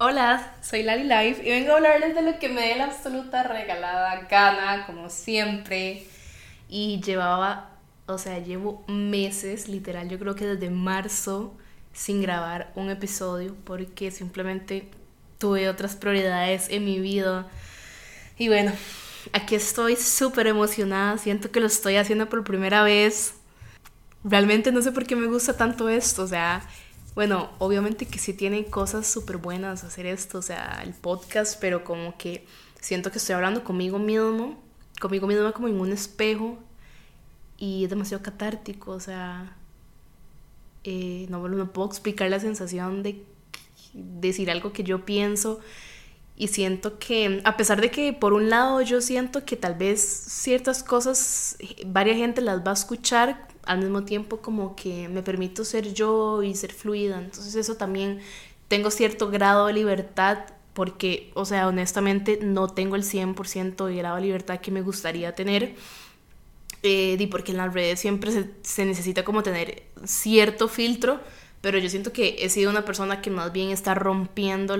Hola, soy Lali Life y vengo a hablarles de lo que me dé la absoluta regalada gana, como siempre. Y llevo meses, literal, yo creo que desde marzo, sin grabar un episodio porque simplemente tuve otras prioridades en mi vida. Y bueno, aquí estoy súper emocionada, siento que lo estoy haciendo por primera vez. Realmente no sé por qué me gusta tanto esto, o sea, bueno, obviamente que sí tiene cosas súper buenas hacer esto, o sea, el podcast, pero como que siento que estoy hablando conmigo misma como en un espejo y es demasiado catártico, o sea, no puedo explicar la sensación de decir algo que yo pienso y siento que, a pesar de que por un lado yo siento que tal vez ciertas cosas varias gente las va a escuchar, al mismo tiempo como que me permito ser yo y ser fluida, entonces eso también tengo cierto grado de libertad porque, o sea, honestamente no tengo el 100% de grado de libertad que me gustaría tener, y porque en las redes siempre se necesita como tener cierto filtro, pero yo siento que he sido una persona que más bien está rompiendo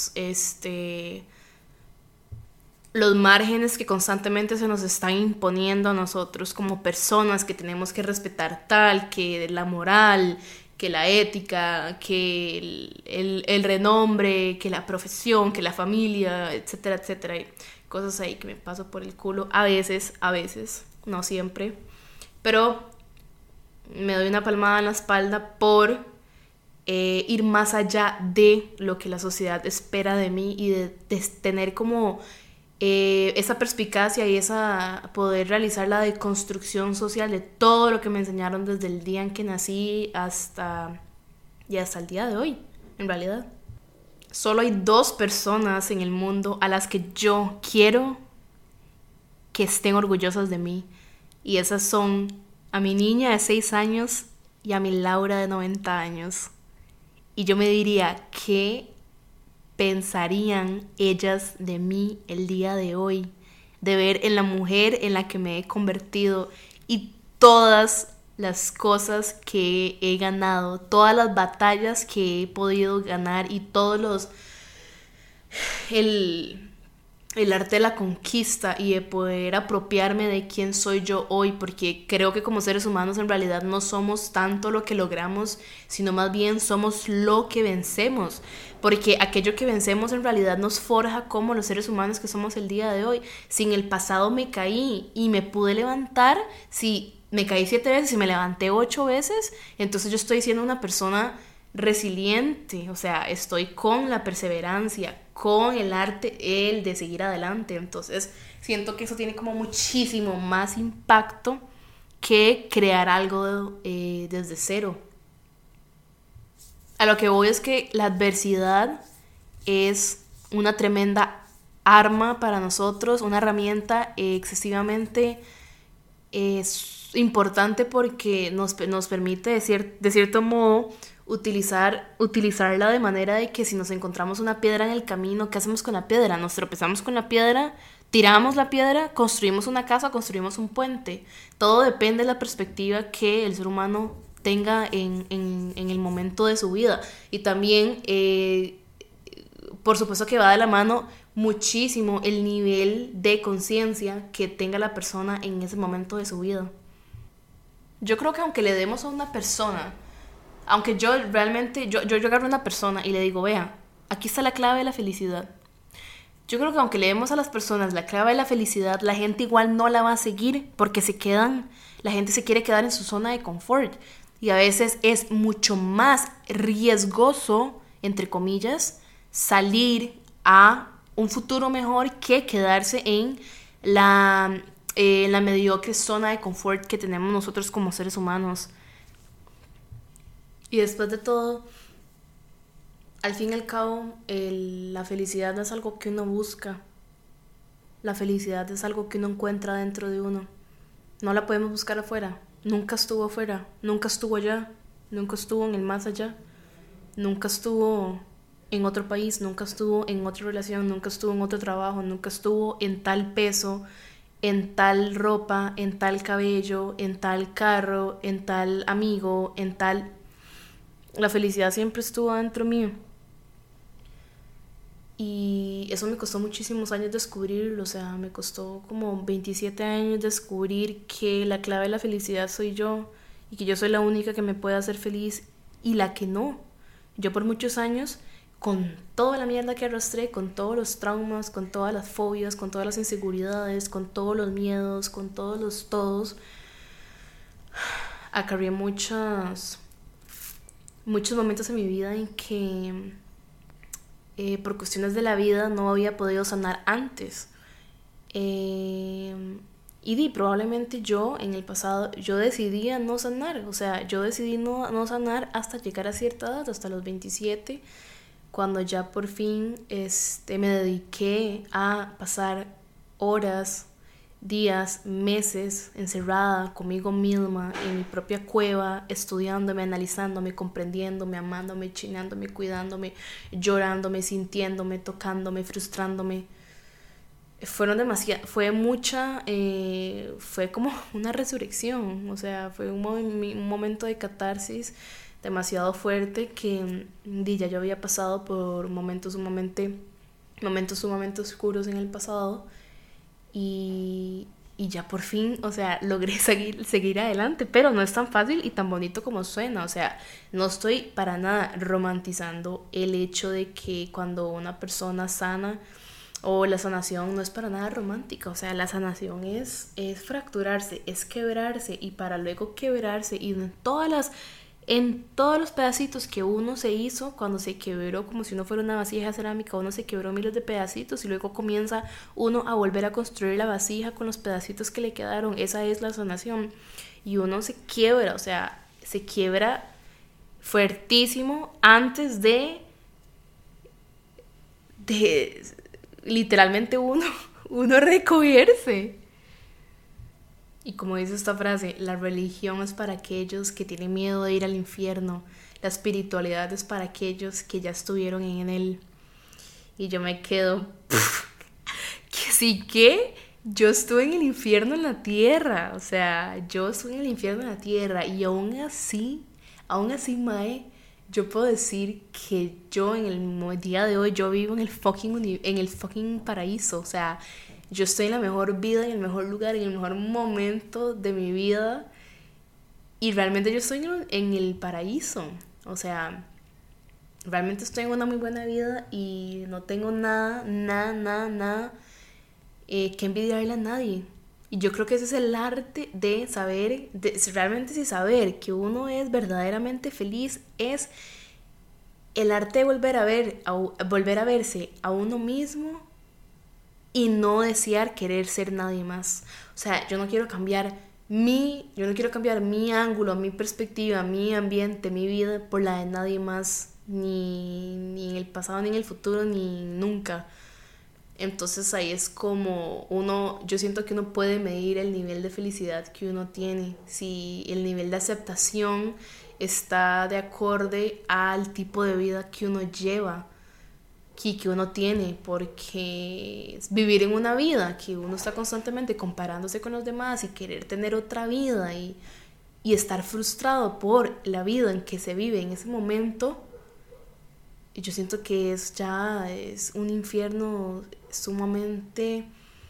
los márgenes que constantemente se nos están imponiendo a nosotros como personas, que tenemos que respetar tal, que la moral, que la ética, que el renombre, que la profesión, que la familia, etcétera, etcétera. Y cosas ahí que me paso por el culo a veces, no siempre. Pero me doy una palmada en la espalda por ir más allá de lo que la sociedad espera de mí y de tener como esa perspicacia y esa poder realizar la deconstrucción social de todo lo que me enseñaron desde el día en que nací hasta el día de hoy, en realidad. Solo hay dos personas en el mundo a las que yo quiero que estén orgullosas de mí. Y esas son a mi niña de 6 años y a mi Laura de 90 años. Y yo me diría, ¿qué pensarían ellas de mí el día de hoy? De ver en la mujer en la que me he convertido y todas las cosas que he ganado, todas las batallas que he podido ganar y todos los el el arte de la conquista y de poder apropiarme de quién soy yo hoy, porque creo que como seres humanos en realidad no somos tanto lo que logramos, sino más bien somos lo que vencemos, porque aquello que vencemos en realidad nos forja como los seres humanos que somos el día de hoy. Si en el pasado me caí y me pude levantar, si me caí 7 veces y me levanté 8 veces, entonces yo estoy siendo una persona resiliente, o sea, estoy con la perseverancia, con el arte, el de seguir adelante. Entonces, siento que eso tiene como muchísimo más impacto que crear algo desde cero. A lo que voy es que la adversidad es una tremenda arma para nosotros, una herramienta excesivamente importante porque nos permite de cierto modo utilizarla de manera de que si nos encontramos una piedra en el camino, ¿qué hacemos con la piedra? Nos tropezamos con la piedra, tiramos la piedra, construimos una casa, construimos un puente. Todo depende de la perspectiva que el ser humano tenga en el momento de su vida. Y también, por supuesto que va de la mano muchísimo el nivel de conciencia que tenga la persona en ese momento de su vida. Yo creo que aunque le demos a una persona, aunque yo realmente, yo agarro a una persona y le digo, vea, aquí está la clave de la felicidad. Yo creo que aunque le demos a las personas la clave de la felicidad, la gente igual no la va a seguir porque la gente se quiere quedar en su zona de confort. Y a veces es mucho más riesgoso, entre comillas, salir a un futuro mejor que quedarse en la mediocre zona de confort que tenemos nosotros como seres humanos. Y después de todo, al fin y al cabo, la felicidad no es algo que uno busca. La felicidad es algo que uno encuentra dentro de uno. No la podemos buscar afuera. Nunca estuvo afuera, nunca estuvo allá, nunca estuvo en el más allá, nunca estuvo en otro país, nunca estuvo en otra relación, nunca estuvo en otro trabajo, nunca estuvo en tal peso, en tal ropa, en tal cabello, en tal carro, en tal amigo, en tal... La felicidad siempre estuvo dentro mío. Y eso me costó muchísimos años descubrirlo, o sea, me costó como 27 años descubrir que la clave de la felicidad soy yo y que yo soy la única que me puede hacer feliz y la que no. Yo por muchos años, con toda la mierda que arrastré, con todos los traumas, con todas las fobias, con todas las inseguridades, con todos los miedos, con todos los todos, acarrié muchos momentos en mi vida en que por cuestiones de la vida no había podido sanar antes. Y probablemente yo en el pasado, yo decidí no sanar, o sea, yo decidí no sanar hasta llegar a cierta edad, hasta los 27, cuando ya por fin me dediqué a pasar horas, días, meses encerrada conmigo misma en mi propia cueva, estudiándome, analizándome, comprendiéndome, amándome, chineándome, cuidándome, llorándome, sintiéndome, tocándome, frustrándome. Fue como una resurrección, o sea, fue un momento de catarsis demasiado fuerte que ya yo había pasado por momentos sumamente oscuros en el pasado y ya por fin, o sea, logré seguir adelante, pero no es tan fácil y tan bonito como suena, o sea, no estoy para nada romantizando el hecho de que cuando una persona sana o la sanación no es para nada romántica, o sea, la sanación es fracturarse, es quebrarse y para luego quebrarse y en todos los pedacitos que uno se hizo cuando se quebró, como si uno fuera una vasija cerámica, uno se quebró miles de pedacitos y luego comienza uno a volver a construir la vasija con los pedacitos que le quedaron. Esa es la sanación y uno se quiebra, o sea, se quiebra fuertísimo antes de literalmente uno recogerse. Y como dice esta frase, la religión es para aquellos que tienen miedo de ir al infierno, la espiritualidad es para aquellos que ya estuvieron en él. Y yo me quedo, que sí que yo estuve en el infierno en la tierra, o sea, yo estuve en el infierno en la tierra y aún así, mae, yo puedo decir que yo en el día de hoy yo vivo en el fucking paraíso, o sea, yo estoy en la mejor vida, en el mejor lugar, en el mejor momento de mi vida y realmente yo estoy en el paraíso, o sea, realmente estoy en una muy buena vida y no tengo nada que envidiarle a nadie. Y yo creo que ese es el arte de saber, realmente si saber que uno es verdaderamente feliz, es el arte de volver a verse a uno mismo y no desear querer ser nadie más. O sea, yo no quiero cambiar mi ángulo, mi perspectiva, mi ambiente, mi vida por la de nadie más, ni en el pasado, ni en el futuro, ni nunca. Entonces ahí es como yo siento que uno puede medir el nivel de felicidad que uno tiene, si el nivel de aceptación está de acorde al tipo de vida que uno lleva, que uno tiene, porque vivir en una vida que uno está constantemente comparándose con los demás y querer tener otra vida y estar frustrado por la vida en que se vive en ese momento, yo siento que es un infierno sumamente...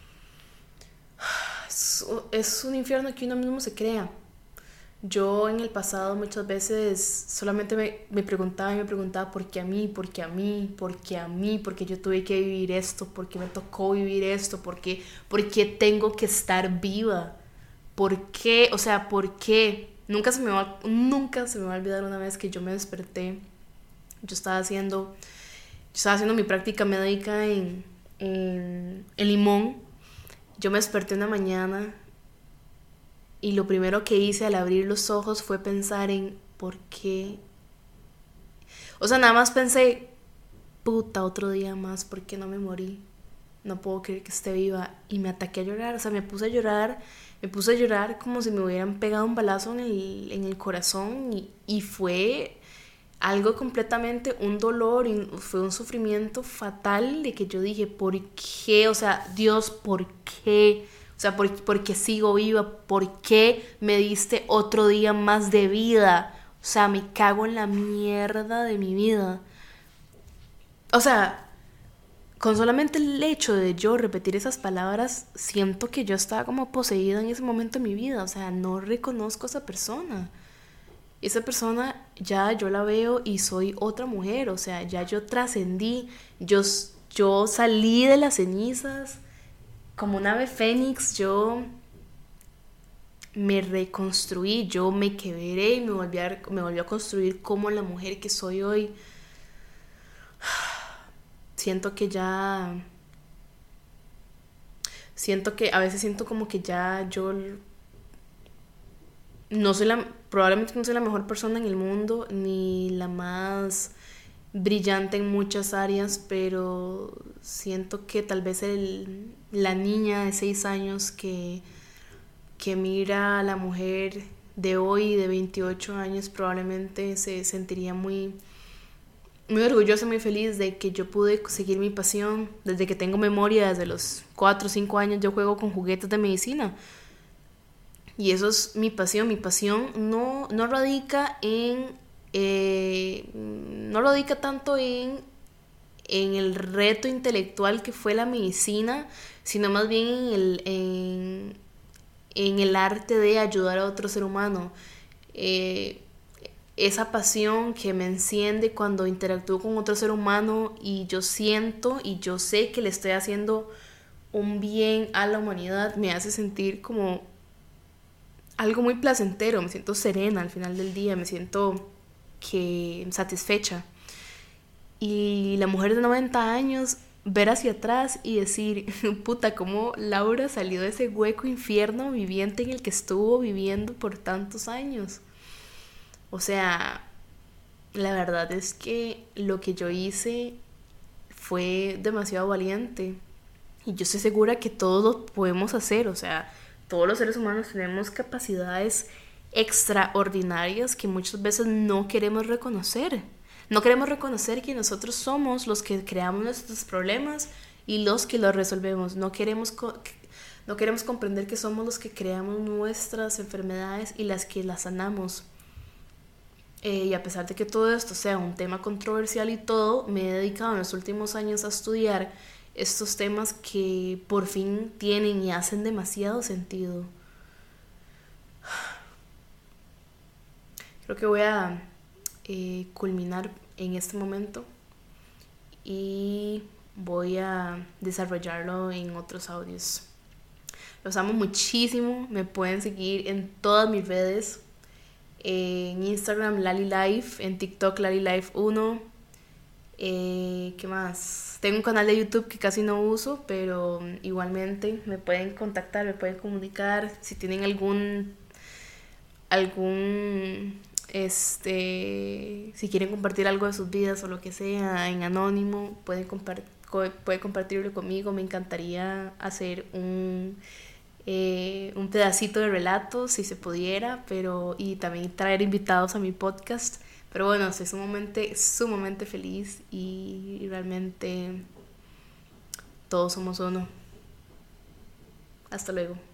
Es un infierno que uno mismo se crea. Yo en el pasado muchas veces solamente me preguntaba por qué a mí, por qué a mí, por qué a mí, por qué yo tuve que vivir esto, por qué me tocó vivir esto, por qué tengo que estar viva, por qué, o sea, por qué. Nunca se me va a olvidar una vez que yo me desperté. Yo estaba haciendo mi práctica médica en Limón. Yo me desperté una mañana y lo primero que hice al abrir los ojos fue pensar en por qué. O sea, nada más pensé, puta, otro día más, ¿por qué no me morí? No puedo creer que esté viva. Y me ataqué a llorar, o sea, me puse a llorar como si me hubieran pegado un balazo en el corazón y fue algo completamente, un dolor, y fue un sufrimiento fatal de que yo dije, ¿por qué? O sea, Dios, ¿por qué? O sea, ¿por qué sigo viva? ¿Por qué me diste otro día más de vida? O sea, me cago en la mierda de mi vida. O sea, con solamente el hecho de yo repetir esas palabras, siento que yo estaba como poseída en ese momento de mi vida. O sea, no reconozco a esa persona. Esa persona ya yo la veo y soy otra mujer. O sea, ya yo trascendí, yo salí de las cenizas como un ave fénix. Yo me reconstruí, yo me quebré y me volví a construir como la mujer que soy hoy. Siento que ya, siento que a veces siento como que ya yo no soy probablemente no soy la mejor persona en el mundo, ni la más brillante en muchas áreas, pero siento que tal vez la niña de 6 años que mira a la mujer de hoy, de 28 años, probablemente se sentiría muy orgullosa, muy feliz de que yo pude seguir mi pasión. Desde que tengo memoria, desde los 4 o 5 años, yo juego con juguetes de medicina. Y eso es mi pasión. Mi pasión no radica no radica tanto en el reto intelectual que fue la medicina, sino más bien en el arte de ayudar a otro ser humano. Eh, Esa pasión que me enciende cuando interactúo con otro ser humano y yo siento y yo sé que le estoy haciendo un bien a la humanidad, me hace sentir como algo muy placentero. Me siento serena al final del día, me siento que satisfecha. Y la mujer de 90 años, ver hacia atrás y decir, puta, cómo Laura salió de ese hueco infierno viviente en el que estuvo viviendo por tantos años. O sea, la verdad es que lo que yo hice fue demasiado valiente. Y yo estoy segura que todos lo podemos hacer. O sea, todos los seres humanos tenemos capacidades extraordinarias que muchas veces no queremos reconocer. No queremos reconocer que nosotros somos los que creamos nuestros problemas y los que los resolvemos. No queremos comprender que somos los que creamos nuestras enfermedades y las que las sanamos. Y a pesar de que todo esto sea un tema controversial y todo, me he dedicado en los últimos años a estudiar estos temas que por fin tienen y hacen demasiado sentido. Creo que voy a culminar en este momento y voy a desarrollarlo en otros audios. Los amo muchísimo, me pueden seguir en todas mis redes, en Instagram LaliLife, en TikTok LaliLife1. ¿Qué más? Tengo un canal de YouTube que casi no uso, pero igualmente me pueden contactar, me pueden comunicar si tienen si quieren compartir algo de sus vidas o lo que sea en anónimo, pueden compartirlo conmigo. Me encantaría hacer un pedacito de relatos si se pudiera, y también traer invitados a mi podcast. Pero bueno, estoy sumamente feliz y realmente todos somos uno. Hasta luego.